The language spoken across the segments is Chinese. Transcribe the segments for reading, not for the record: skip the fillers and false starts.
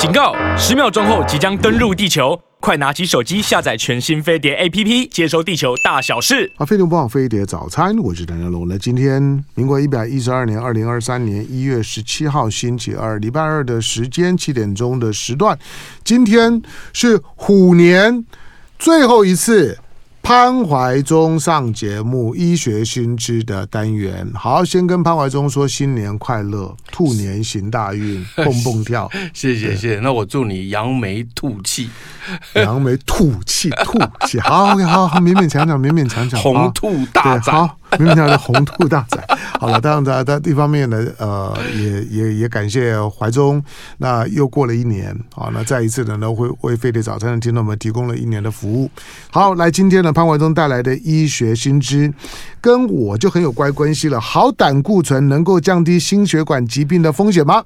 警告！10秒钟后即将登陆地球，快拿起手机下载全新飞碟 APP， 接收地球大小事。 飞碟播放飞碟早餐，我是谭家龙。那今天民国112年2023年1月17号星期二，礼拜二的时间7点钟的时段，今天是虎年最后一次潘怀宗上节目医学新知的单元。好，先跟潘怀宗说新年快乐，兔年行大运，蹦蹦跳。 谢谢。那我祝你扬眉吐气， 扬眉吐气，吐气。好，勉勉强强， 红兔大展。 好，勉勉强强红兔大展。好了，当然在一方面呢，也感谢怀宗，那又过了一年，好，那再一次呢，会为飞碟早餐的听众们提供了1年的服务。好，来今天呢，潘怀宗带来的医学新知，跟我就很有关系了。好胆固醇能够降低心血管疾病的风险吗？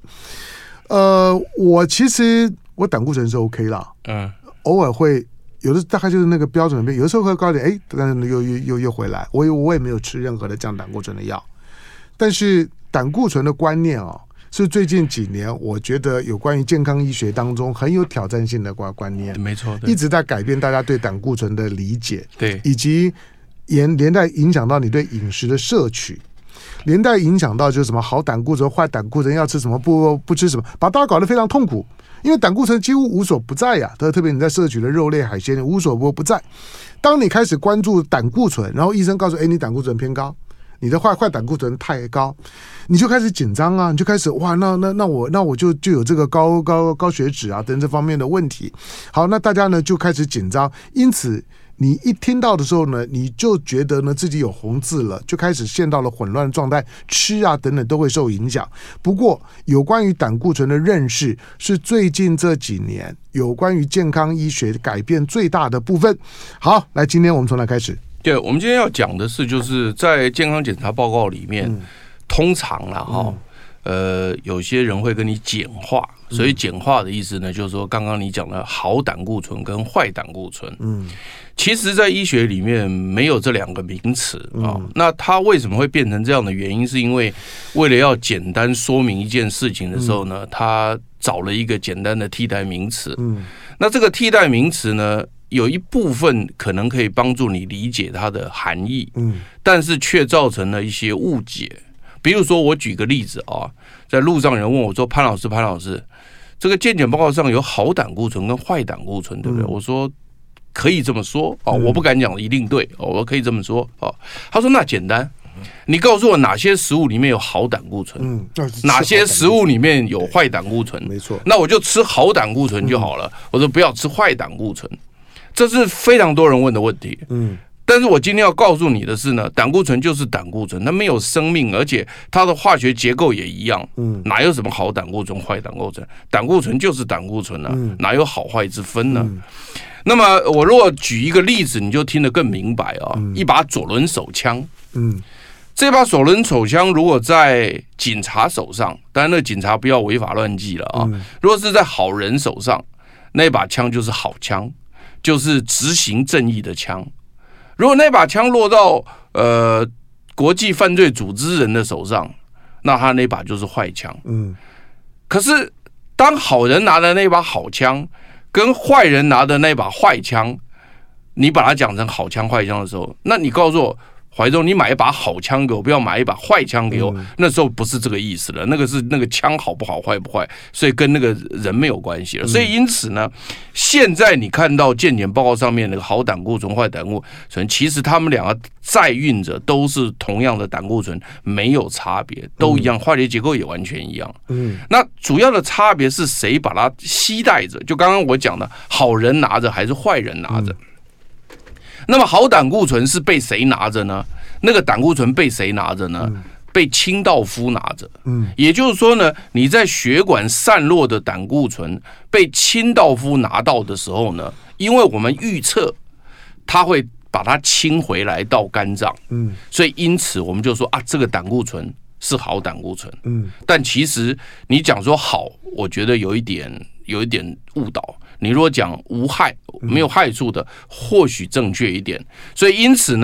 其实我胆固醇是 OK 啦，偶尔会有的大概就是那个标准的，有的时候会高一点，但是又回来。我也没有吃任何的降胆固醇的药，但是胆固醇的观念是最近几年我觉得有关于健康医学当中很有挑战性的观念， 没错， 一直在改变大家对胆固醇的理解， 对， 以及连带影响到你对饮食的摄取，连带影响到就是什么好胆固醇、坏胆固醇，要吃什么不吃什么，把大家搞得非常痛苦。因为胆固醇几乎无所不在呀，特别你在摄取的肉类海鲜无所不在。当你开始关注胆固醇，然后医生告诉你胆固醇偏高，你的坏胆固醇太高，你就开始紧张啊，你就开始哇，那我就有这个高血脂啊等这方面的问题。好，那大家呢就开始紧张，因此你一听到的时候呢，你就觉得呢自己有红字了，就开始陷到了混乱状态，吃啊等等都会受影响。不过有关于胆固醇的认识是最近这几年有关于健康医学改变最大的部分。好，来今天我们从哪开始？ 对，我们今天要讲的是就是在健康检查报告里面，通常啦有些人会跟你简化，所以简化的意思呢，就是说刚刚你讲的好胆固醇跟坏胆固醇，其实在医学里面没有这2个名词啊。那它为什么会变成这样的原因，是因为为了要简单说明一件事情的时候呢，他找了一个简单的替代名词。那这个替代名词呢，有一部分可能可以帮助你理解它的含义，但是却造成了一些误解。比如说，我举个例子啊，在路上有人问我说：“潘老师，这个健检报告上有好胆固醇跟坏胆固醇，对不对？”我说：“可以这么说哦，我不敢讲一定对哦，我可以这么说哦。”他说：“那简单，你告诉我哪些食物里面有好胆固醇，哪些食物里面有坏胆固醇？ 没错， 那我就吃好胆固醇就好了。我说不要吃坏胆固醇，这是非常多人问的问题。但是我今天要告诉你的是呢，胆固醇就是胆固醇，它没有生命，而且它的化学结构也一样。哪有什么好胆固醇、坏胆固醇？胆固醇就是胆固醇啊，哪有好坏之分呢？那么我如果举一个例子，你就听得更明白啊。一把左轮手枪，这把左轮手枪如果在警察手上，当然那警察不要违法乱纪了啊。如果是在好人手上，那把枪就是好枪，就是执行正义的枪。如果那把枪落到国际犯罪组织人的手上，那他那把就是坏枪。可是当好人拿的那把好枪跟坏人拿的那把坏枪，你把它讲成好枪坏枪的时候，那你告诉我，怀宗，你买一把好枪给我，不要买一把坏枪给我。那时候不是这个意思了，那个是那个枪好不好坏不坏，所以跟那个人没有关系了。所以因此呢，现在你看到健检报告上面那个好胆固醇坏胆固醇，其实他们两个载运着都是同样的胆固醇，没有差别，都一样，化学结构也完全一样。那主要的差别是谁把它携带着，就刚刚我讲的，好人拿着还是坏人拿着。那么好胆固醇是被谁拿着呢？那个胆固醇被谁拿着呢？被清道夫拿着。也就是说呢，你在血管散落的胆固醇被清道夫拿到的时候呢，因为我们预测它会把它清回来到肝脏，所以因此我们就说啊，这个胆固醇是好胆固醇。但其实你讲说好，我觉得有一点误导。你如果讲无害没有害处的，或许正确一点。所以因此呢，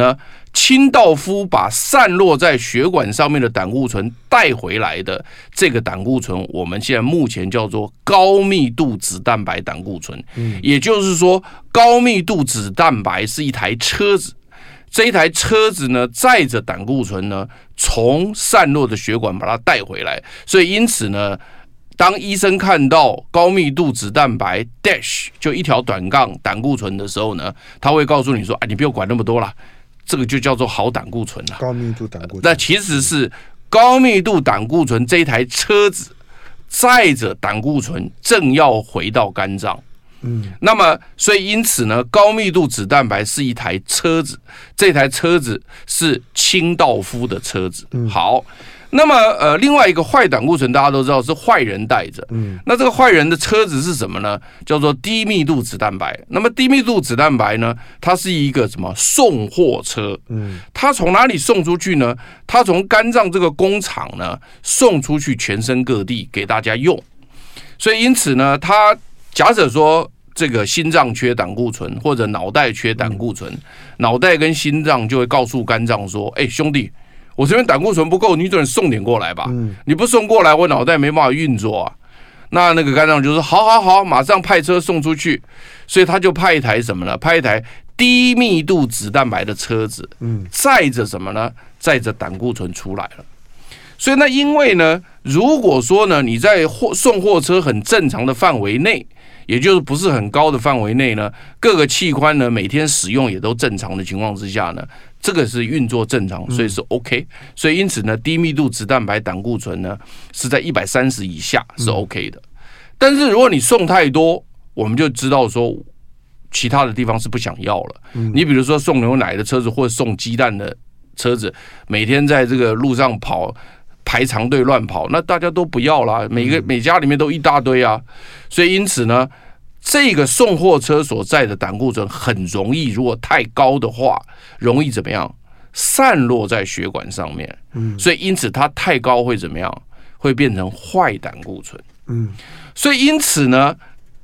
清道夫把散落在血管上面的胆固醇带回来的这个胆固醇，我们现在目前叫做高密度脂蛋白胆固醇。也就是说，高密度脂蛋白是一台车子，这一台车子呢载着胆固醇呢从散落的血管把它带回来，所以因此呢，当医生看到高密度脂蛋白 dash 就一条短杠胆固醇的时候呢，他会告诉你说：“你不用管那么多啦，这个就叫做好胆固醇了。” 高密度胆固醇， 那其实是高密度胆固醇这一台车子载着胆固醇正要回到肝脏。那么所以因此呢，高密度脂蛋白是一台车子，这台车子是清道夫的车子。好。那么另外一个坏胆固醇大家都知道是坏人带着，那这个坏人的车子是什么呢？叫做低密度脂蛋白。那么低密度脂蛋白呢，它是一个什么送货车？它从哪里送出去呢？它从肝脏这个工厂呢送出去全身各地给大家用。所以因此呢，它假设说这个心脏缺胆固醇或者脑袋缺胆固醇，脑袋跟心脏就会告诉肝脏说：“兄弟，我这边胆固醇不够，你准送点过来吧。你不送过来，我脑袋没办法运作啊。”那个肝脏就说：“好，马上派车送出去。”所以他就派一台什么呢？派一台低密度脂蛋白的车子，载着什么呢？载着胆固醇出来了。所以呢，因为呢，如果说呢你在送货车很正常的范围内，也就是不是很高的范围内呢，各个器官呢每天使用也都正常的情况之下呢，这个是运作正常，所以是 OK。所以因此呢，低密度脂蛋白胆固醇呢是在130以下是 OK 的。但是如果你送太多，我们就知道说其他的地方是不想要了。你比如说送牛奶的车子或者送鸡蛋的车子，每天在这个路上跑。排长队乱跑，那大家都不要啦，每家里面都一大堆啊，所以因此呢，这个送货车所在的胆固醇很容易，如果太高的话，容易怎么样？散落在血管上面。所以因此它太高会怎么样？会变成坏胆固醇。所以因此呢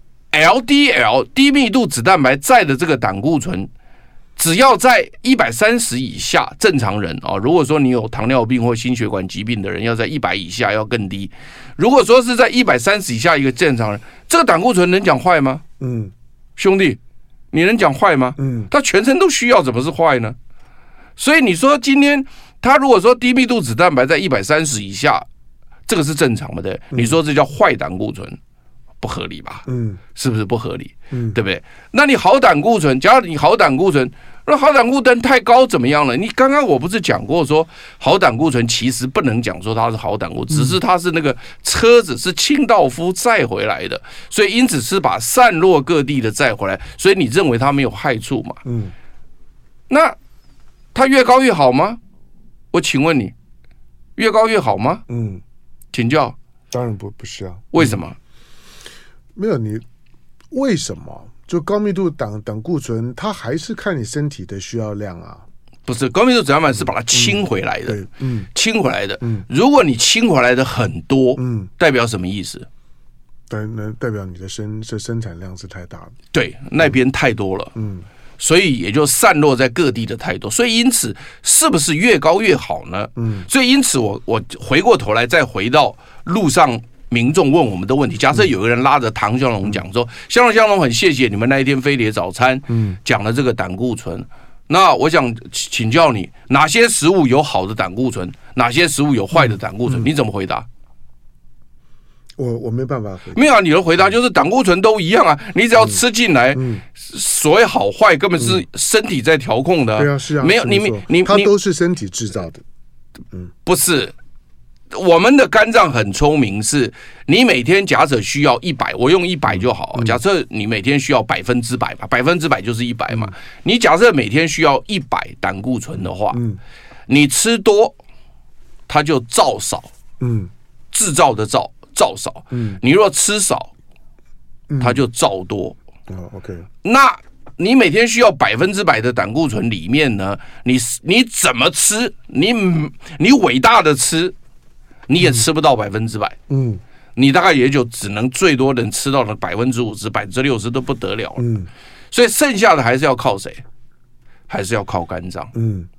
，LDL 低密度脂蛋白载的这个胆固醇。只要在130以下，正常人啊，如果说你有糖尿病或心血管疾病的人，要在100以下，要更低。如果说是在130以下一个正常人，这个胆固醇能讲坏吗？兄弟，你能讲坏吗？他全身都需要，怎么是坏呢？所以你说今天他如果说低密度脂蛋白在130以下，这个是正常的，对？你说这叫坏胆固醇？不合理吧？是不是不合理？对不对？那你好胆固醇，假如你好胆固醇，那好胆固醇太高怎么样了？你刚刚我不是讲过说，好胆固醇其实不能讲说它是好胆固醇，只是它是那个车子是清道夫载回来的，所以因此是把散落各地的载回来，所以你认为它没有害处嘛？那它越高越好吗？我请问你，越高越好吗？请教。 当然不是啊。 为什么？ 没有你为什么？就高密度胆固醇，它还是看你身体的需要量啊。 不是高密度脂蛋白是把它清回来的，清回来的。如果你清回来的很多，代表什么意思？ 代表你的生产量是太大了。 对，那边太多了。所以也就散落在各地的太多，所以因此是不是越高越好呢？所以因此我回过头来再回到路上。民众问我们的问题，假设有个人拉着唐湘龙讲说：“湘龙很谢谢你们那一天飞碟早餐讲了这个胆固醇。那我想请教你，哪些食物有好的胆固醇，哪些食物有坏的胆固醇？你怎么回答？” 我没办法回答。 没有啊，你的回答就是胆固醇都一样啊，你只要吃进来，所谓好坏根本是身体在调控的。 对啊，是啊， 没有你它都是身体制造的。 不是。我们的肝脏很聪明，是你每天假设需要100，我用100就好。假设你每天需要100%嘛，100%就是100嘛。你假设每天需要100胆固醇的话，你吃多，它就造少，制造的造少。你若吃少，它就造多。 OK， 那你每天需要100%的胆固醇里面呢，你怎么吃？你伟大的吃。你也吃不到100%，你大概也就只能最多能吃到的50%、60%都不得了了，所以剩下的还是要靠谁？还是要靠肝脏，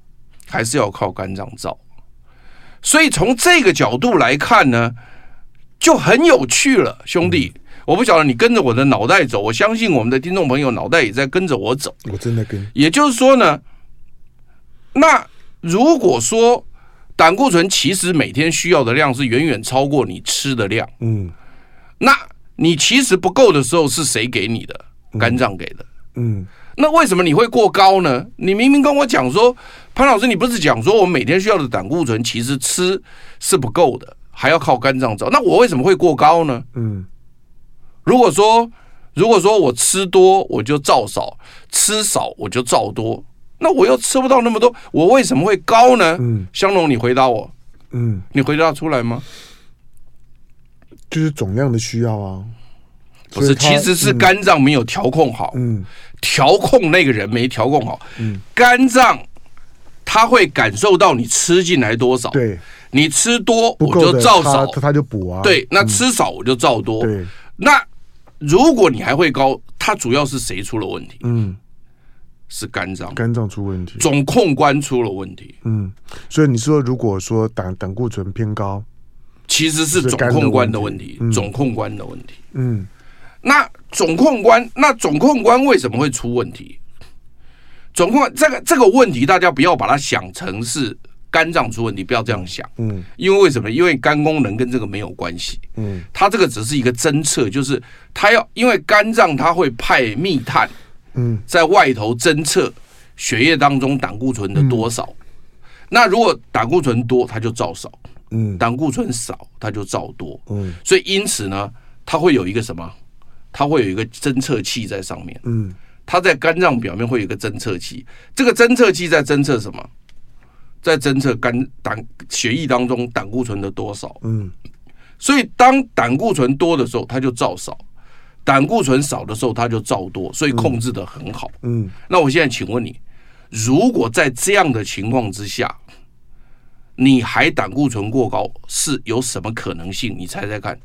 还是要靠肝脏造。所以从这个角度来看呢，就很有趣了，兄弟。我不晓得你跟着我的脑袋走，我相信我们的听众朋友脑袋也在跟着我走。 我真的跟。 也就是说呢，那如果说胆固醇其实每天需要的量是远远超过你吃的量，那你其实不够的时候是谁给你的？肝脏给的。那为什么你会过高呢？你明明跟我讲说，潘老师，你不是讲说我们每天需要的胆固醇其实吃是不够的，还要靠肝脏造，那我为什么会过高呢？如果说我吃多我就造少，吃少我就造多，那我又吃不到那么多，我为什么会高呢？香龙，你回答我。你回答出来吗？ 就是总量的需要啊。 不是，其实是肝脏没有调控好。调控那个人没调控好。肝脏它会感受到你吃进来多少。 对， 你吃多我就造少， 它就补啊。 对，那吃少我就造多。 对， 那如果你还会高，它主要是谁出了问题？是肝脏， 肝脏出问题， 总控官出了问题。 所以你说，如果说胆固醇偏高， 其实是总控官的问题，总控官的问题。那总控官为什么会出问题？总控官这个问题，大家不要把它想成是肝脏出问题，不要这样想。因为为什么？因为肝功能跟这个没有关系。它这个只是一个侦测，就是它因为肝脏它会派密探，在外头侦测血液当中胆固醇的多少。那如果胆固醇多，它就造少；胆固醇少，它就造多。所以因此呢，它会有一个什么？它会有一个侦测器在上面。它在肝脏表面会有一个侦测器，这个侦测器在侦测什么？在侦测血液当中胆固醇的多少。所以当胆固醇多的时候，它就造少；胆固醇少的时候，它就造多，所以控制得很好。那我现在请问你，如果在这样的情况之下，你还胆固醇过高，是有什么可能性？你猜猜看。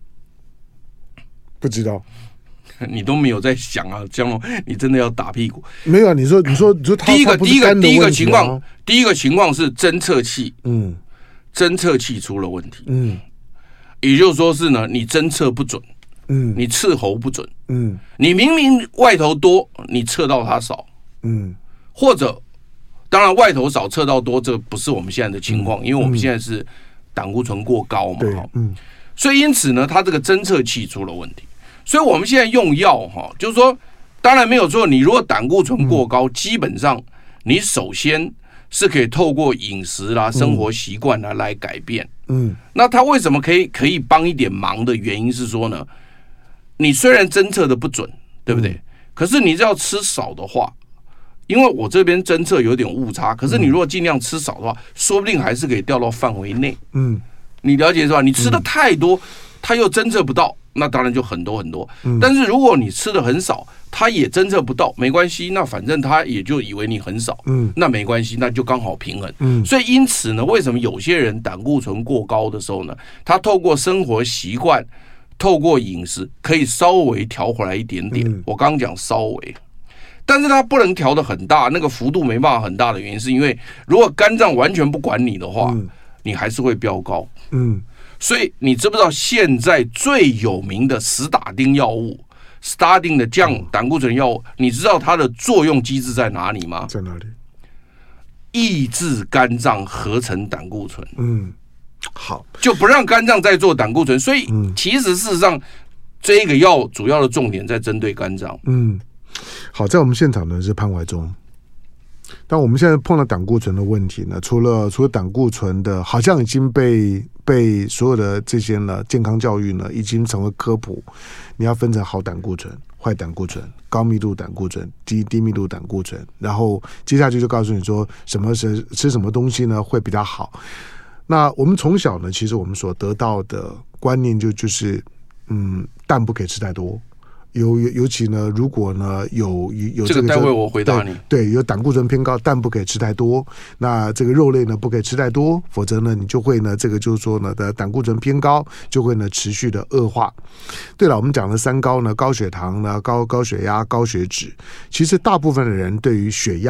不知道。 你都没有在想啊，江龙，你真的要打屁股？ 没有啊，你说第一个情况是侦测器，侦测器出了问题，也就是说是呢，你侦测不准，你斥候不准，你明明外头多，你测到它少，或者当然外头少测到多，这不是我们现在的情况，因为我们现在是胆固醇过高嘛，所以因此呢，它这个侦测器出了问题。所以我们现在用药就是说，当然没有错，你如果胆固醇过高，基本上你首先是可以透过饮食啦、生活习惯啦来改变。那它为什么可以帮一点忙的原因是说呢，你虽然侦测的不准，对不对？可是你只要吃少的话，因为我这边侦测有点误差，可是你如果尽量吃少的话，说不定还是可以掉到范围内。你了解是吧？你吃的太多，它又侦测不到。那当然就很多很多，但是如果你吃的很少，他也侦测不到，没关系，那反正他也就以为你很少，那没关系，那就刚好平衡。所以因此呢，为什么有些人胆固醇过高的时候呢，他透过生活习惯、透过饮食可以稍微调回来一点点。我刚刚讲稍微，但是他不能调得很大，那个幅度没办法很大的原因，是因为如果肝脏完全不管你的话，你还是会飙高。所以你知不知道现在最有名的史打丁药物 ，statin 的降胆固醇药物，你知道它的作用机制在哪里吗？ 在哪里？ 抑制肝脏合成胆固醇。 好， 就不让肝脏再做胆固醇。所以其实事实上，这个药主要的重点在针对肝脏。 好，在我们现场呢是潘怀忠。但我们现在碰到胆固醇的问题呢，除了胆固醇的，好像已经被所有的这些呢健康教育呢已经成为科普，你要分成好胆固醇、坏胆固醇、高密度胆固醇、低密度胆固醇，然后接下去就告诉你说什么是吃什么东西呢会比较好。那我们从小呢，其实我们所得到的观念就是蛋不可以吃太多。尤其呢，如果呢有这个待会我回答你。 对，有胆固醇偏高，蛋不可以吃太多。那这个肉类呢不可以吃太多，否则呢你就会呢这个就是说呢的胆固醇偏高就会呢持续的恶化。对了，我们讲的三高呢，高血糖呢、高血压、高血脂，其实大部分的人对于血压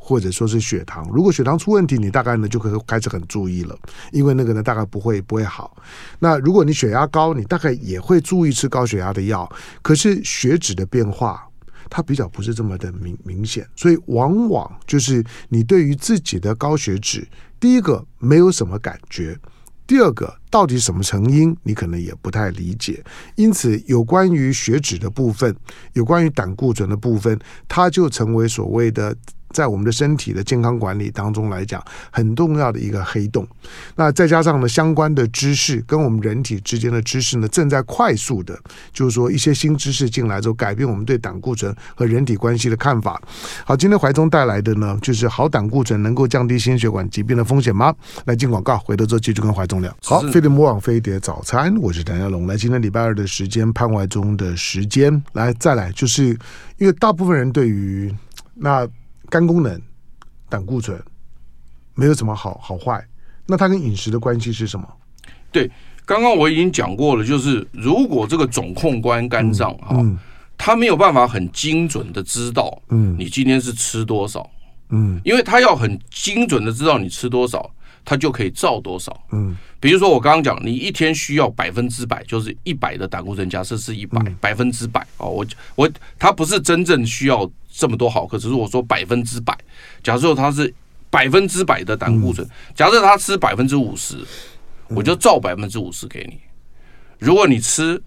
或者说是血糖。如果血糖出问题，你大概呢就可以开始很注意了，因为那个呢大概不会好。那如果你血压高，你大概也会注意吃高血压的药。可是血脂的变化，它比较不是这么的明显，所以往往就是你对于自己的高血脂，第一个没有什么感觉。第二个，到底什么成因，你可能也不太理解。因此，有关于血脂的部分，有关于胆固醇的部分，它就成为所谓的在我们的身体的健康管理当中来讲很重要的一个黑洞。那再加上呢，相关的知识跟我们人体之间的知识呢，正在快速的，就是说一些新知识进来之后，改变我们对胆固醇和人体关系的看法。好，今天怀忠带来的呢，就是好胆固醇能够降低心血管疾病的风险吗？来进广告，回头之后继续跟怀忠聊。好，飞碟魔网飞碟早餐，我是谭耀龙。来，今天礼拜二的时间，潘怀忠的时间，来再来，就是因为大部分人对于那肝功能、胆固醇没有什么好坏，那它跟饮食的关系是什么？ 对，刚刚我已经讲过了，就是如果这个总控官肝脏他没有办法很精准的知道你今天是吃多少，因为他要很精准的知道你吃多少，他就可以照多少。比如说我刚刚讲，你一天需要100%，就是100的胆固醇，假设是100%，100%哦，他不是真正需要这么多毫克，只是我说100%。假设他是100%的胆固醇，假设他吃50%，我就照50%给你。如果你吃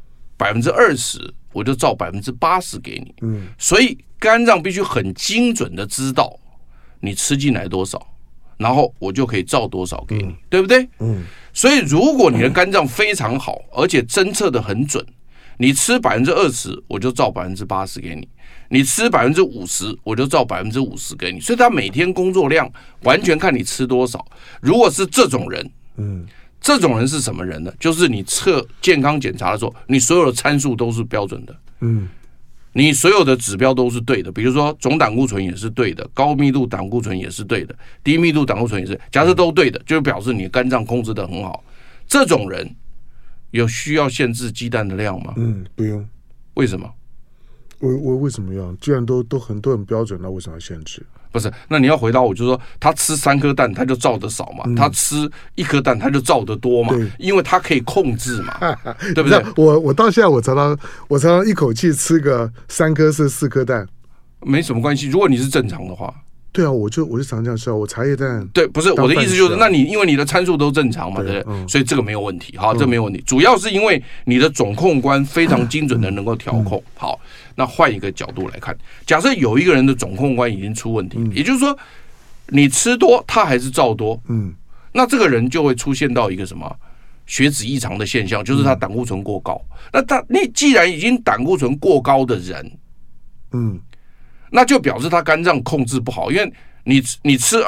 20%，我就照80%给你。所以肝脏必须很精准的知道你吃进来多少，然后我就可以照多少给你，对不对？所以如果你的肝脏非常好，而且侦测的很准，你吃20%，我就照80%给你；你吃50%，我就照50%给你。所以他每天工作量完全看你吃多少。如果是这种人，这种人是什么人呢？就是你测健康检查的时候，你所有的参数都是标准的。你所有的指标都是对的，比如说总胆固醇也是对的，高密度胆固醇也是对的，低密度胆固醇也是，假设都对的，就表示你的肝脏控制得很好。这种人有需要限制鸡蛋的量吗？ 不用。 为什么？ 我为什么要？既然都很标准，那为什么要限制？ 不是，那你要回答我，就是说他吃3颗蛋他就照得少嘛，他吃1颗蛋他就照得多嘛，因为他可以控制嘛，对不对？ 我到现在我常常一口气吃个3颗是4颗蛋， 没什么关系。如果你是正常的话。 对啊，我就常这样吃啊，我茶叶蛋。 对，不是我的意思就是，那你因为你的参数都正常嘛，对不对？所以这个没有问题。好，这没有问题。主要是因为你的总控官非常精准的能够调控。好，那换一个角度来看，假设有一个人的总控官已经出问题，也就是说你吃多，他还是照多，那这个人就会出现到一个什么血脂异常的现象，就是他胆固醇过高。那你既然已经胆固醇过高的人，那就表示他肝脏控制不好，因为你吃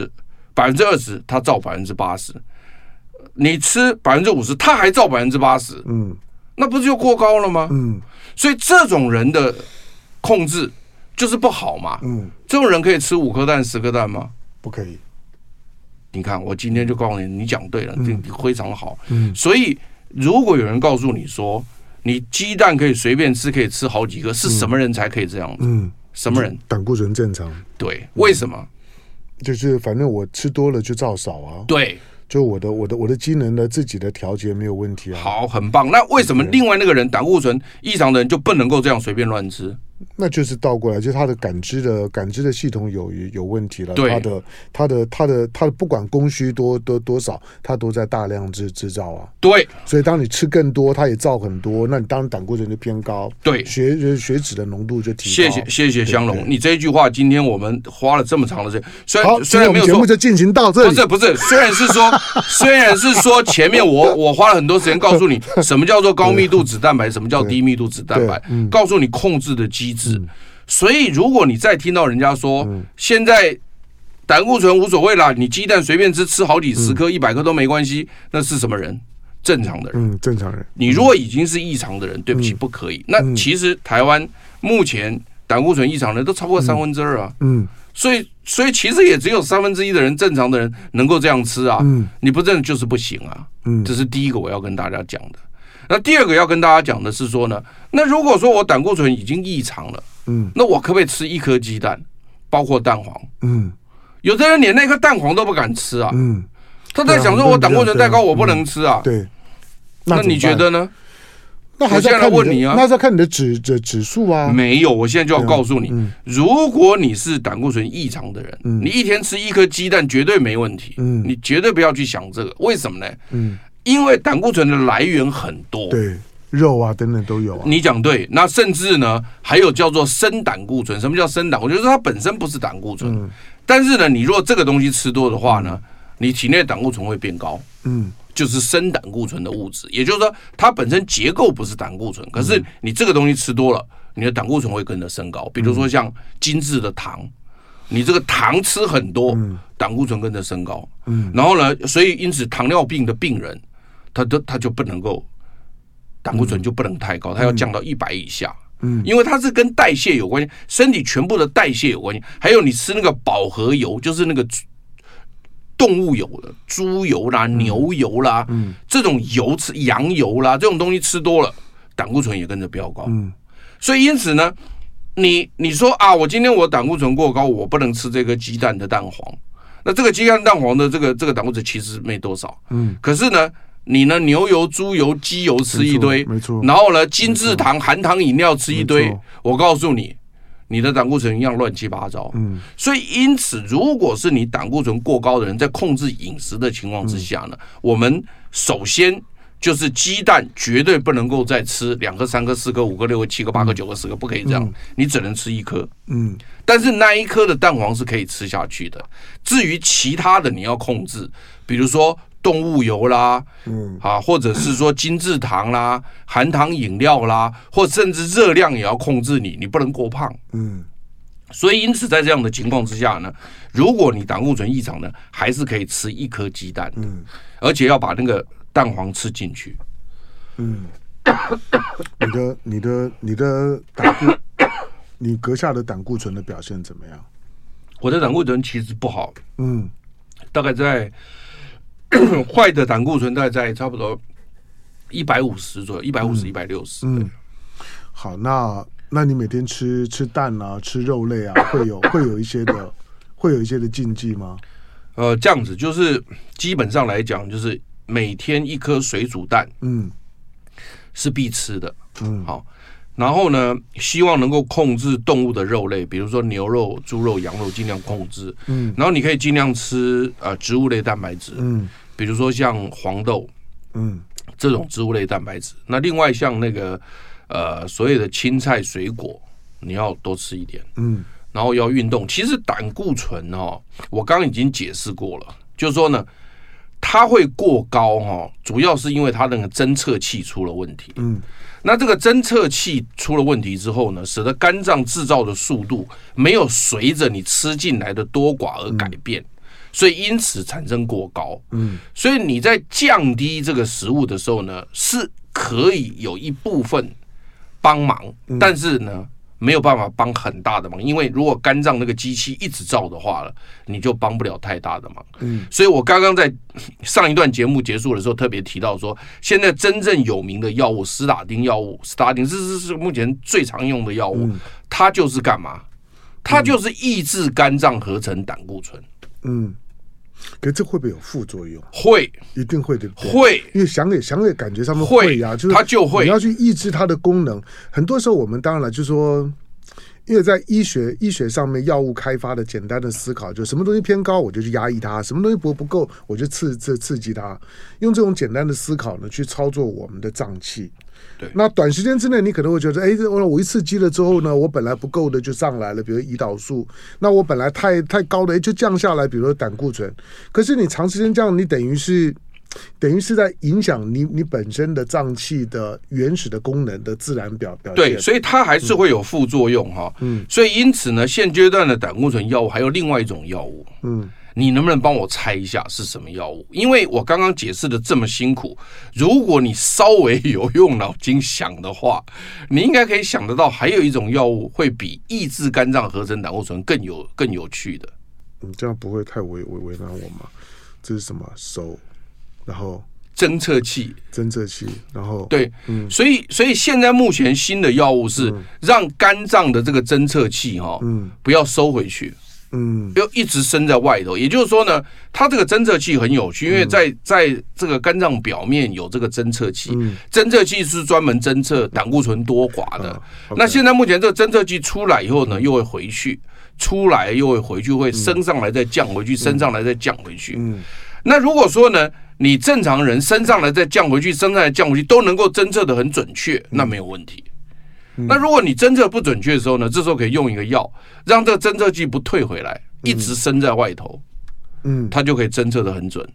20%，他照80%，你吃50%，他还照80%，那不是就过高了吗？所以这种人的控制就是不好嘛。这种人可以吃5颗蛋、10颗蛋吗？ 不可以。 你看，我今天就告诉你，你讲对了，你非常好。所以如果有人告诉你说，你鸡蛋可以随便吃，可以吃好几个，是什么人才可以这样子？什么人？胆固醇正常。 对，为什么？ 就是反正我吃多了就照少啊。 对， 就我的机能的自己的调节没有问题啊。 好，很棒。那为什么另外那个人胆固醇异常的人就不能够这样随便乱吃？ 那就是倒过来，就是他的感知的系统有问题了。 对， 他的不管供需多少，他都在大量制造啊。 对， 所以当你吃更多，他也造很多，那你当然胆固醇就偏高。 对，血脂的浓度就提高。 谢谢香龙，你这一句话今天我们花了这么长的时间，虽然没有说节目就进行到这里。 不是，虽然是说前面我花了很多时间告诉你什么叫做高密度脂蛋白，什么叫低密度脂蛋白，告诉你控制的机制。所以如果你再听到人家说现在胆固醇无所谓啦，你鸡蛋随便吃好几10颗、100颗都没关系，那是什么人？正常的人。正常人。你如果已经是异常的人，对不起，不可以。那其实台湾目前胆固醇异常的人都超过2/3啊。所以其实也只有1/3的人，正常的人能够这样吃啊。你不真的就是不行啊。这是第一个我要跟大家讲的。那第二个要跟大家讲的是说呢，那如果说我胆固醇已经异常了，那我可不可以吃1颗鸡蛋，包括蛋黄？ 有的人连那颗蛋黄都不敢吃啊。他在想说，我胆固醇太高，我不能吃啊。 对， 那你觉得呢？ 那还是要看你的，那是要看你的指数啊。 没有，我现在就要告诉你，如果你是胆固醇异常的人，你一天吃1颗鸡蛋绝对没问题。你绝对不要去想这个，为什么呢？因为胆固醇的来源很多， 对，肉啊等等都有啊。 你讲对，那甚至呢还有叫做生胆固醇。什么叫生胆固醇？就是它本身不是胆固醇，但是呢，你如果这个东西吃多的话呢，你体内胆固醇会变高。就是生胆固醇的物质，也就是说它本身结构不是胆固醇，可是你这个东西吃多了，你的胆固醇会跟着升高。比如说像精致的糖，你这个糖吃很多，胆固醇跟着升高。然后呢，所以因此糖尿病的病人，他就不能够胆固醇就不能太高，他要降到100以下。因为它是跟代谢有关系，身体全部的代谢有关系。还有你吃那个饱和油，就是那个动物油的猪油啦、牛油啦，这种油吃羊油啦，这种东西吃多了，胆固醇也跟着飙高。所以因此呢，你说啊，我今天我胆固醇过高，我不能吃这个鸡蛋的蛋黄。那这个鸡蛋蛋黄的这个胆固醇其实没多少。可是呢，你呢牛油、猪油、鸡油吃一堆， 没错。 然后呢，精制糖、含糖饮料吃一堆，我告诉你。你的胆固醇一样乱七八糟，所以因此，如果是你胆固醇过高的人，在控制饮食的情况之下呢，我们首先就是鸡蛋绝对不能够再吃2颗、3颗、4颗、5颗、6颗、7颗、8颗、9颗、10颗，不可以这样，你只能吃1颗。但是那1颗的蛋黄是可以吃下去的。至于其他的，你要控制，比如说动物油啦，或者是说精制糖啦、含糖饮料啦，或甚至热量也要控制你不能过胖。所以因此在这样的情况之下呢，如果你胆固醇异常呢，还是可以吃1颗鸡蛋，而且要把那个蛋黄吃进去。 你的你阁下的胆固醇的表现怎么样？ 我的胆固醇其实不好，大概在坏的胆固醇大概在差不多150左右，150、160。 好，那你每天吃蛋啊，吃肉类啊，会有一些的禁忌吗？ 这样子就是基本上来讲，就是每天1颗水煮蛋，是必吃的。好。然后呢，希望能够控制动物的肉类，比如说牛肉、猪肉、羊肉，尽量控制。然后你可以尽量吃植物类蛋白质，比如说像黄豆，这种植物类蛋白质。那另外像那个所有的青菜、水果，你要多吃一点。然后要运动。其实胆固醇我刚刚已经解释过了，就是说呢，它会过高主要是因为它那个侦测器出了问题。那这个侦测器出了问题之后呢，使得肝脏制造的速度没有随着你吃进来的多寡而改变，所以因此产生过高。所以你在降低这个食物的时候呢，是可以有一部分帮忙，但是呢没有办法帮很大的忙，因为如果肝脏那个机器一直造的话了，你就帮不了太大的忙。所以我刚刚在上一段节目结束的时候特别提到说，现在真正有名的药物斯塔丁药物，斯塔丁是目前最常用的药物，它就是干嘛？它就是抑制肝脏合成胆固醇。 可是这会不会有副作用？ 会， 一定会的。 会， 因为想给感觉上面会呀，就是它就会， 你要去抑制它的功能。很多时候我们当然了，就是说，因为在医学上面，药物开发的简单的思考，就什么东西偏高，我就去压抑它；什么东西不够，我就刺激它。用这种简单的思考呢，去操作我们的脏器。那短时间之内，你可能会觉得，我一刺激了之后呢，我本来不够的就上来了，比如胰岛素。那我本来太高的，就降下来，比如说胆固醇。可是你长时间这样，你等于是在影响你本身的脏器的原始的功能的自然表现。 对，所以它还是会有副作用哈。所以因此呢，现阶段的胆固醇药物还有另外一种药物。你能不能帮我猜一下是什么药物？因为我刚刚解释的这么辛苦，如果你稍微有用脑筋想的话，你应该可以想得到，还有一种药物会比抑制肝脏合成胆固醇更有趣的。 这样不会太为难我吗？这是什么？然后侦测器， 然后对，所以现在目前新的药物是让肝脏的这个侦测器不要收回去。 又一直伸在外头。也就是说呢，它这个侦测器很有趣，因为在这个肝脏表面有这个侦测器，侦测器是专门侦测胆固醇多寡的。那现在目前这个侦测器出来以后呢，又会回去，出来又会回去，会升上来再降回去，升上来再降回去。那如果说呢，你正常人升上来再降回去，升上来降回去都能够侦测得很准确，那没有问题。那如果你侦测不准确的时候呢，这时候可以用一个药，让这个侦测器不退回来，一直伸在外头，它就可以侦测得很准。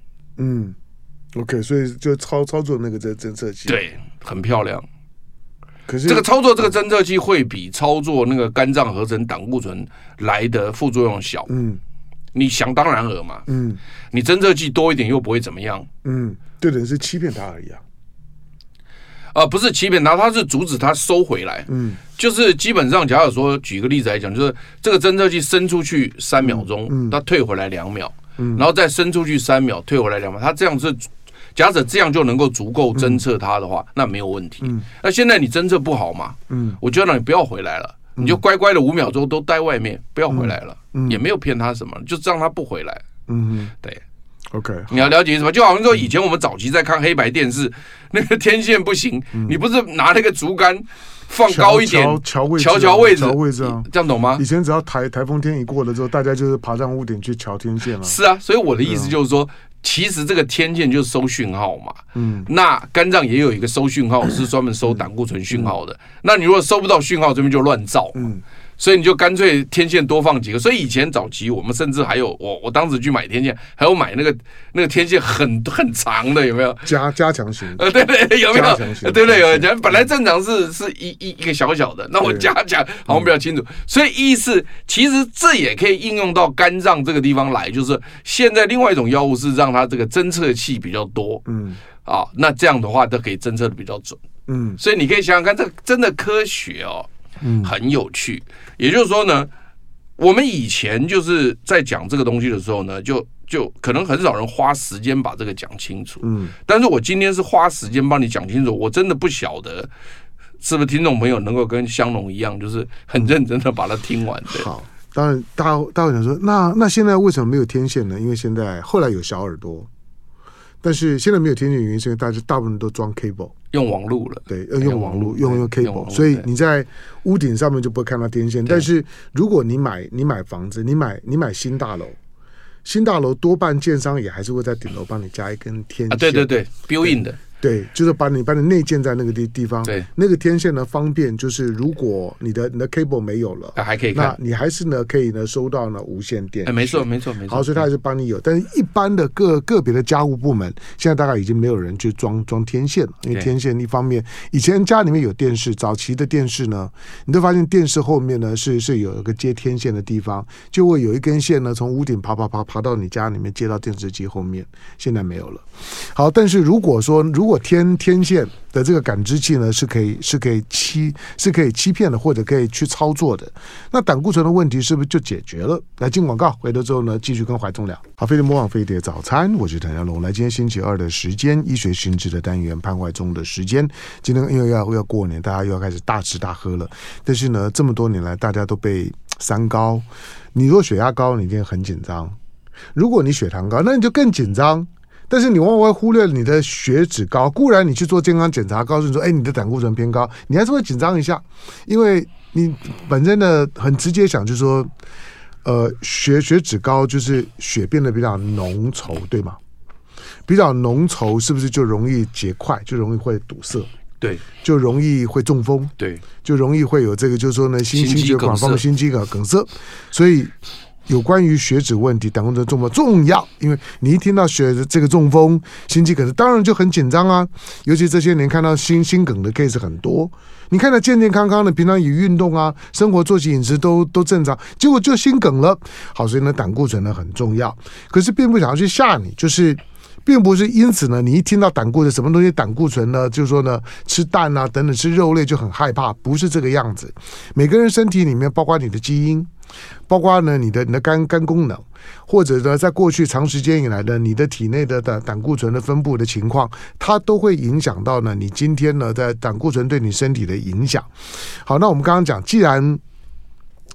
OK， 所以就操作那个侦测器， 对，很漂亮。 可是这个操作这个侦测器会比操作那个肝脏合成胆固醇来的副作用小。你想当然尔嘛。你侦测器多一点又不会怎么样。 对的是欺骗他而已啊。 不是欺骗他，他是阻止他收回来。就是基本上，假如说举个例子来讲，就是这个侦测器伸出去3秒钟，它退回来2秒，然后再伸出去3秒，退回来2秒，它这样是，假设这样就能够足够侦测它的话，那没有问题。那现在你侦测不好嘛，我就让你不要回来了，你就乖乖的5秒钟都待外面，不要回来了，也没有骗他什么，就让他不回来。对。 OK， 你要了解什么？就好像说以前我们早期在看黑白电视，那个天线不行，你不是拿那个竹竿放高一点，瞧位置啊，这样懂吗？ 以前只要台风天一过了之后，大家就是爬上屋顶去瞧天线了。 是啊，所以我的意思就是说，其实这个天线就是收讯号嘛。那肝脏也有一个收讯号，是专门收胆固醇讯号的。那你如果收不到讯号，这边就乱造。所以你就干脆天线多放几个。所以以前早期我们甚至还有我当时去买天线，还有买那个天线很长的，有没有？ 加强型。 对，有没有？对不对？有。本来正常是一个小小的，那我加强好像比较清楚。所以意思其实这也可以应用到肝脏这个地方来，就是现在另外一种药物是让它这个侦测器比较多。那这样的话都可以侦测的比较准。所以你可以想想看，这真的科学哦。很有趣。也就是说呢，我们以前就是在讲这个东西的时候呢，就可能很少人花时间把这个讲清楚。但是我今天是花时间帮你讲清楚，我真的不晓得是不是听众朋友能够跟香农一样，就是很认真的把它听完的。 好，当然大家会想说，那现在为什么没有天线呢？因为现在后来有小耳朵。但是现在没有天线的原因是因为大部分都装 cable， 用网路了。 对，用网路，用 cable， 所以你在屋顶上面就不会看到天线。但是如果你买房子，你买新大楼多半建商也还是会在顶楼帮你加一根天线。 对 ，built in 的。 对，就是把你内建在那个地方。 对， 那个天线呢方便，就是如果你的 cable 没有了， 还可以看， 那你还是呢可以呢收到呢无线电。 没错。 好，所以它还是帮你有，但是一般的个别的家务部门，现在大概已经没有人去装天线了，因为天线一方面，以前家里面有电视，早期的电视呢，你都发现电视后面呢是有一个接天线的地方，就会有一根线呢从屋顶爬到你家里面接到电视机后面，现在没有了。好，但是如果天线的这个感知器呢是可以欺骗的，或者可以去操作的，那胆固醇的问题是不是就解决了？来进广告，回头之后呢继续跟怀忠聊。好，飞碟模仿飞碟早餐，我是谭家龙。来，今天星期二的时间，医学新知的单元潘怀忠的时间。今天因为要过年，大家又要开始大吃大喝了。但是呢，这么多年来大家都被三高，你如果血压高，你一定很紧张；如果你血糖高，那你就更紧张。但是你往往会忽略你的血脂高，固然你去做健康检查，告诉你说，你的胆固醇偏高，你还是会紧张一下，因为你本身的很直接想就是说，血脂高就是血变得比较浓稠，对吗？比较浓稠是不是就容易结块，就容易会堵塞？ 对， 就容易会中风， 对， 就容易会有这个，就是说呢，心血管方面心肌梗塞，所以。有关于血脂问题，胆固醇重要，因为你一听到这个中风、心肌梗塞，当然就很紧张啊。尤其这些年看到心梗的 case 很多，你看到健健康康的，平常也运动啊，生活作息饮食都正常，结果就心梗了。好，所以呢，胆固醇呢很重要，可是并不想要去吓你，就是并不是因此呢，你一听到胆固醇什么东西胆固醇呢，就是说呢，吃蛋啊等等吃肉类就很害怕，不是这个样子。每个人身体里面，包括你的基因。包括呢你的肝功能，或者呢在过去长时间以来的你的体内的胆固醇的分布的情况，它都会影响到呢你今天呢在胆固醇对你身体的影响。好，那我们刚刚讲，既然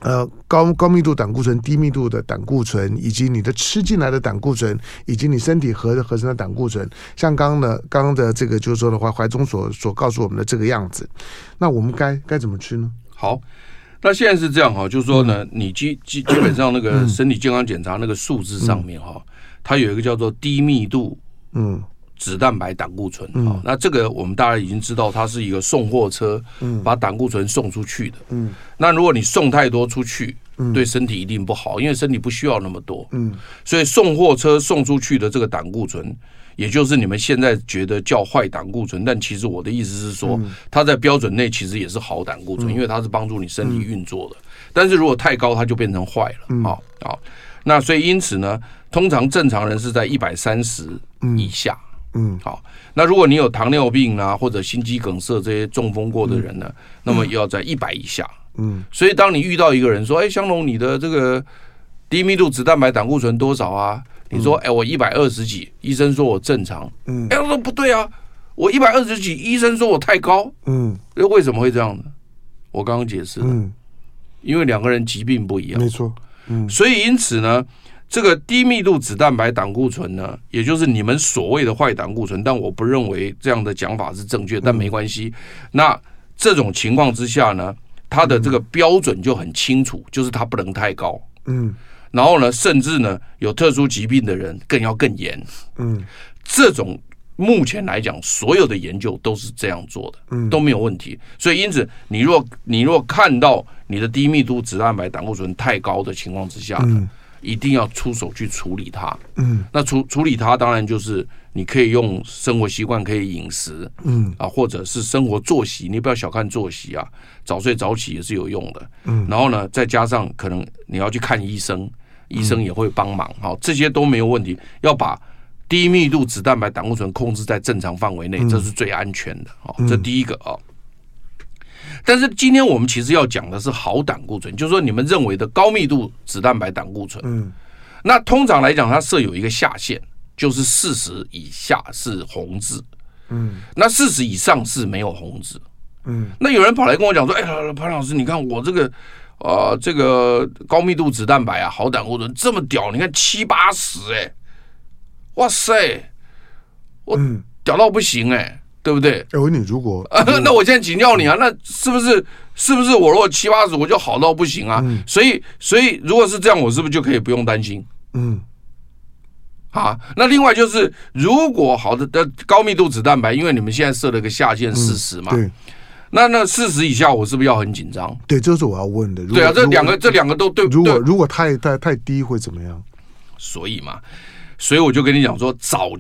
高密度胆固醇、低密度的胆固醇，以及你的吃进来的胆固醇，以及你身体合成的胆固醇，像刚刚的这个就是说的话，怀中所告诉我们的这个样子，那我们该怎么吃呢？ 好，那现在是这样哈，就是说呢，你基本上那个身体健康检查那个数字上面哈，它有一个叫做低密度脂蛋白胆固醇，那这个我们大家已经知道，它是一个送货车把胆固醇送出去的。那如果你送太多出去，对身体一定不好，因为身体不需要那么多。所以送货车送出去的这个胆固醇，也就是你们现在觉得叫坏胆固醇，但其实我的意思是说，它在标准内其实也是好胆固醇，因为它是帮助你身体运作的。但是如果太高，它就变成坏了。好，那所以因此呢，通常正常人是在130以下。好，那如果你有糖尿病啊，或者心肌梗塞这些中风过的人呢，那么要在100以下。所以当你遇到一个人说，香农，你的这个低密度脂蛋白胆固醇多少啊？你说，我120几，医生说我正常。我说不对啊，我120几，医生说我太高。为什么会这样呢？我刚刚解释了，因为两个人疾病不一样， 没错。 所以因此呢，这个低密度脂蛋白胆固醇呢，也就是你们所谓的坏胆固醇，但我不认为这样的讲法是正确，但没关系。那这种情况之下呢，它的这个标准就很清楚，就是它不能太高。然后呢，甚至呢，有特殊疾病的人更要更严。这种目前来讲，所有的研究都是这样做的，都没有问题。所以因此，你若看到你的低密度脂蛋白胆固醇太高的情况之下呢，一定要出手去处理它。那处理它，当然就是你可以用生活习惯，可以饮食，或者是生活作息，你不要小看作息啊，早睡早起也是有用的。然后呢，再加上可能你要去看医生，医生也会帮忙，这些都没有问题。要把低密度脂蛋白胆固醇控制在正常范围内，这是最安全的。这第一个啊。但是今天我们其实要讲的是好胆固醇，就是说你们认为的高密度脂蛋白胆固醇。那通常来讲，它设有一个下限，就是40以下是红字。那40以上是没有红字。那有人跑来跟我讲说，潘老师，你看我这个高密度脂蛋白啊，好胆固醇这么屌，你看70-80，哇塞，我屌到不行对不对？ 我问你，如果那我现在请教你啊，那是不是我如果70-80我就好到不行啊？所以如果是这样，我是不是就可以不用担心？那另外就是，如果好的高密度脂蛋白，因为你们现在设了个下限40嘛， 对， 那40以下，我是不是要很紧张？ 对，这是我要问的。 对啊，这两个都对。 如果太低会怎么样？ 所以我就跟你讲说，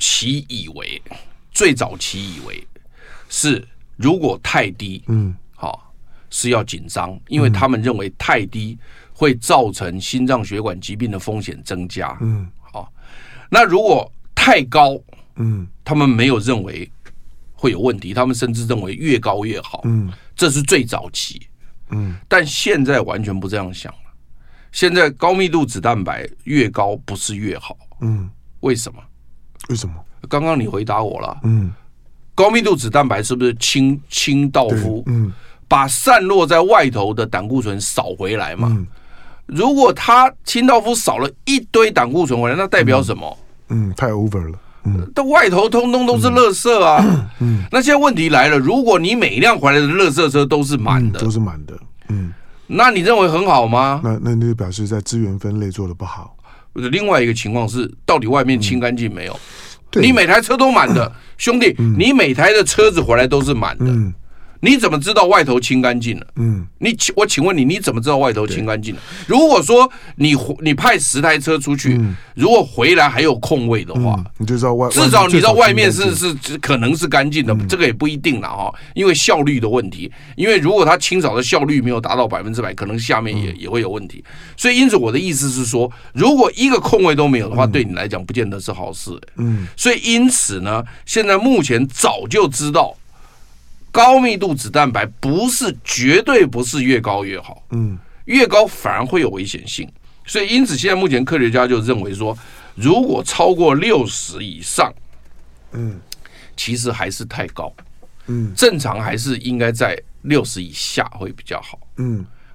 最早期以为是如果太低，是要紧张，因为他们认为太低会造成心脏血管疾病的风险增加。那如果太高，他们没有认为会有问题，他们甚至认为越高越好。这是最早期。但现在完全不这样想了。现在高密度脂蛋白越高不是越好。为什么？刚刚你回答我了。高密度脂蛋白是不是清道夫？把散落在外头的胆固醇扫回来嘛？如果他清道夫扫了一堆胆固醇回来，那代表什么？ 太 over 了。 的外头通通都是垃圾啊。那现在问题来了，如果你每辆回来的垃圾车都是满的，那你认为很好吗？ 那就表示在资源分类做得不好。 另外一个情况是，到底外面清干净没有？你每台车都满的，兄弟，你每台的车子回来都是满的。你怎么知道外头清干净了？我请问你怎么知道外头清干净了？如果说你派10台车出去，如果回来还有空位的话， 你就知道至少你知道外面是可能是干净的，这个也不一定啦哈，因为效率的问题。因为如果它清扫的效率没有达到100%，可能下面也会有问题。所以因此我的意思是说，如果一个空位都没有的话，对你来讲不见得是好事。所以因此呢，现在目前早就知道。高密度脂蛋白绝对不是越高越好，越高反而会有危险性，所以因此现在目前科学家就认为说，如果超过60以上，其实还是太高，正常还是应该在60以下会比较好，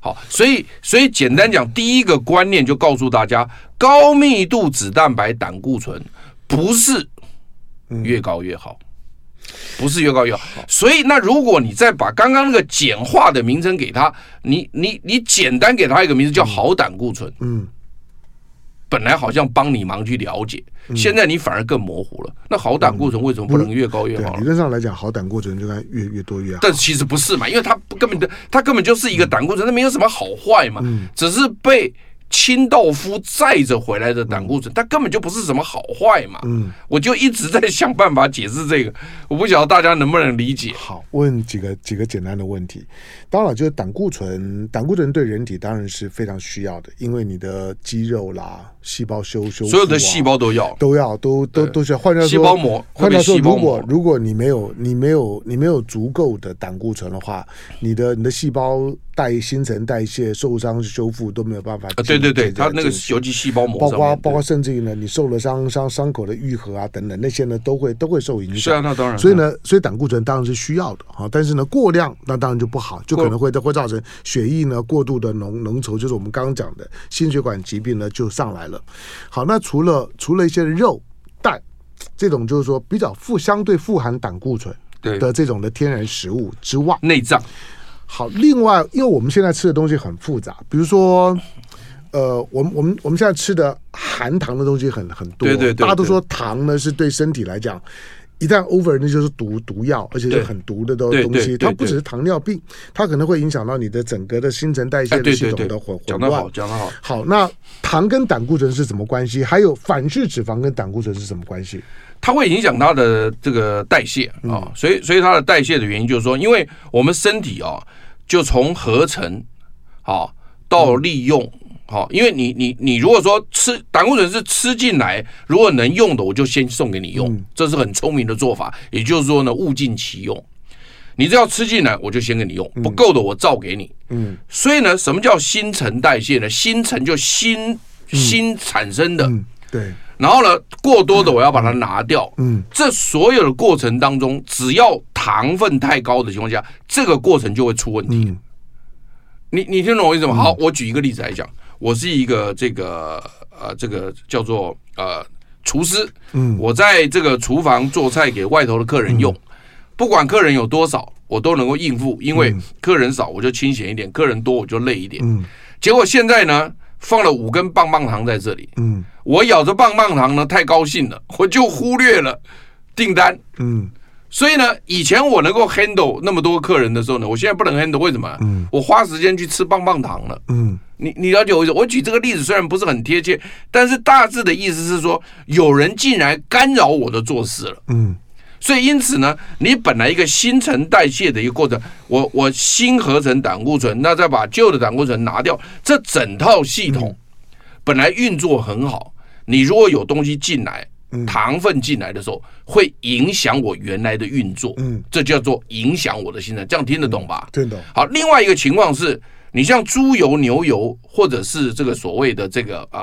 好，所以简单讲，第一个观念就告诉大家，高密度脂蛋白胆固醇不是越高越好。不是越高越好，所以那如果你再把刚刚那个简化的名称给他，你简单给他一个名字叫好胆固醇，本来好像帮你忙去了解，现在你反而更模糊了。那好胆固醇为什么不能越高越好？ 理论上来讲，好胆固醇就该越多越好。 但其实不是嘛，因为它根本就是一个胆固醇，它没有什么好坏嘛，只是被清道夫载着回来的胆固醇，它根本就不是什么好坏嘛。我就一直在想办法解释这个，我不晓得大家能不能理解。 好，问几个简单的问题。当然，就是胆固醇对人体当然是非常需要的，因为你的肌肉啦、细胞修复、 所有的细胞都需要。换句话说， 细胞膜， 如果你没有足够的胆固醇的话，你的细胞新陈代谢、受伤修复都没有办法。 对，它那个尤其细胞膜包括甚至于呢，你受了伤口的愈合啊等等那些呢，都会受影响。 是啊，那当然。 所以胆固醇当然是需要的啊，但是呢，过量那当然就不好，就可能会造成血液呢过度的浓稠，就是我们刚刚讲的心血管疾病呢就上来了。好，那除了一些肉蛋这种就是说比较相对富含胆固醇的这种的天然食物之外， 内脏。 好，另外，因为我们现在吃的东西很复杂，比如说，我们现在吃的含糖的东西很多， 对， 大家都说糖呢是对身体来讲，一旦 over 那就是毒药，而且是很毒的东西。它不只是糖尿病，它可能会影响到你的整个的新陈代谢的系统的混乱。 讲得好。 好，那糖跟胆固醇是什么关系？还有反式脂肪跟胆固醇是什么关系？ 它会影响它的这个代谢啊，所以它的代谢的原因就是说，因为我们身体啊，就从合成到利用。好，因为你如果说吃胆固醇是吃进来，如果能用的，我就先送给你用，这是很聪明的做法。也就是说呢，物尽其用。你只要吃进来，我就先给你用，不够的我照给你。所以呢，什么叫新陈代谢呢？新陈就新产生的， 对。 然后呢，过多的我要把它拿掉。这所有的过程当中，只要糖分太高的情况下，这个过程就会出问题。你听懂我意思吗？好，我举一个例子来讲。我是一个这个叫做厨师，我在这个厨房做菜给外头的客人用，不管客人有多少，我都能够应付，因为客人少我就清闲一点，客人多我就累一点。结果现在呢，放了5根棒棒糖在这里，我咬着棒棒糖呢太高兴了，我就忽略了订单。所以呢，以前我能够 handle 那么多客人的时候呢，我现在不能 handle， 为什么？我花时间去吃棒棒糖了。你了解我意思？我举这个例子虽然不是很贴切，但是大致的意思是说，有人竟然干扰我的做事了。所以因此呢，你本来一个新陈代谢的一个过程，我新合成胆固醇，那再把旧的胆固醇拿掉，这整套系统本来运作很好。你如果有东西进来，糖分进来的时候，会影响我原来的运作。这叫做影响我的新陈，这样听得懂吧？ 听懂。 好，另外一个情况是，你像猪油、牛油，或者是这个所谓的这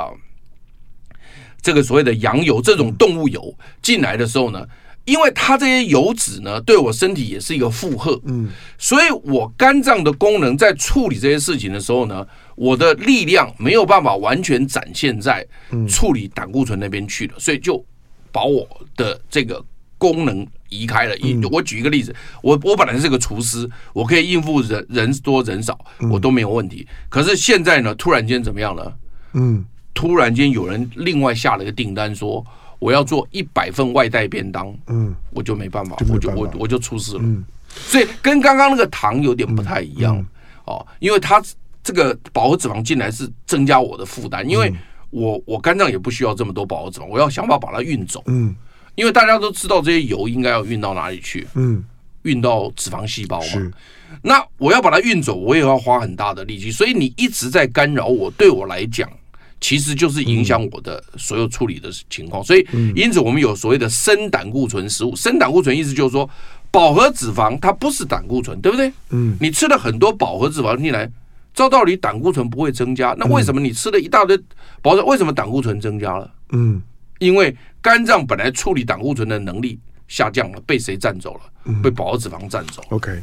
个所谓的羊油这种动物油进来的时候呢，因为它这些油脂呢，对我身体也是一个负荷。所以我肝脏的功能在处理这些事情的时候呢，我的力量没有办法完全展现在处理胆固醇那边去了，所以就把我的这个功能移开了。我举一个例子，我本来是个厨师，我可以应付人多人少，我都没有问题。可是现在呢，突然间怎么样了？突然间有人另外下了一个订单，说我要做100份外带便当，我就没办法，我就出事了。所以跟刚刚那个糖有点不太一样因为它这个饱和脂肪进来是增加我的负担，因为我肝脏也不需要这么多饱和脂肪，我要想办法把它运走。因为大家都知道这些油应该要运到哪里去，运到脂肪细胞嘛。那我要把它运走，我也要花很大的力气，所以你一直在干扰我，对我来讲，其实就是影响我的所有处理的情况。所以，因此我们有所谓的升胆固醇食物。升胆固醇意思就是说，饱和脂肪它不是胆固醇，对不对？你吃了很多饱和脂肪进来，照道理胆固醇不会增加，那为什么你吃了一大堆饱和，为什么胆固醇增加了？因为肝脏本来处理胆固醇的能力下降了，被谁占走了？被饱和脂肪占走。 OK，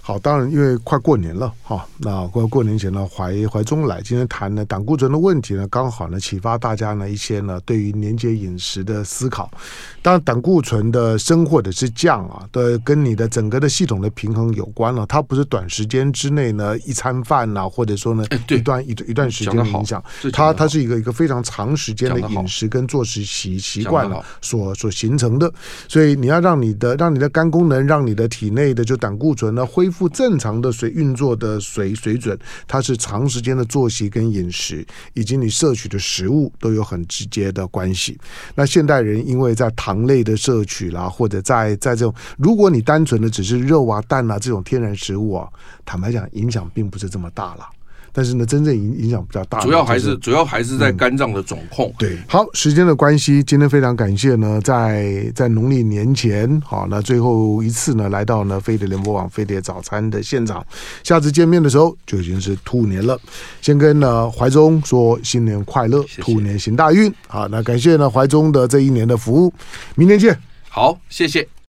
好，当然因为快过年了哈，那过年前呢，怀中来今天谈呢胆固醇的问题呢，刚好呢启发大家呢一些呢对于年节饮食的思考。当然，胆固醇的升或者是降啊，跟你的整个的系统的平衡有关了。它不是短时间之内呢一餐饭啊，或者说呢一段时间的影响，它是一个非常长时间的饮食跟作息习惯了所形成的。所以你要让你的肝功能，让你的体内的就胆固醇呢恢复正常的运作的水准，它是长时间的作息跟饮食以及你摄取的食物都有很直接的关系。那现代人因为在糖类的摄取啦，或者在这种，如果你单纯的只是肉啊蛋啊这种天然食物啊，坦白讲影响并不是这么大了。但是呢，真正影响比较大的， 主要还是在肝脏的总控。 对，好，时间的关系，今天非常感谢呢，在农历年前，好，那最后一次呢，来到呢飞碟联播网飞碟早餐的现场。下次见面的时候就已经是兔年了，先跟呢怀中说新年快乐，谢谢，兔年行大运。好，那感谢呢怀中的这一年的服务，明天见。 好，谢谢。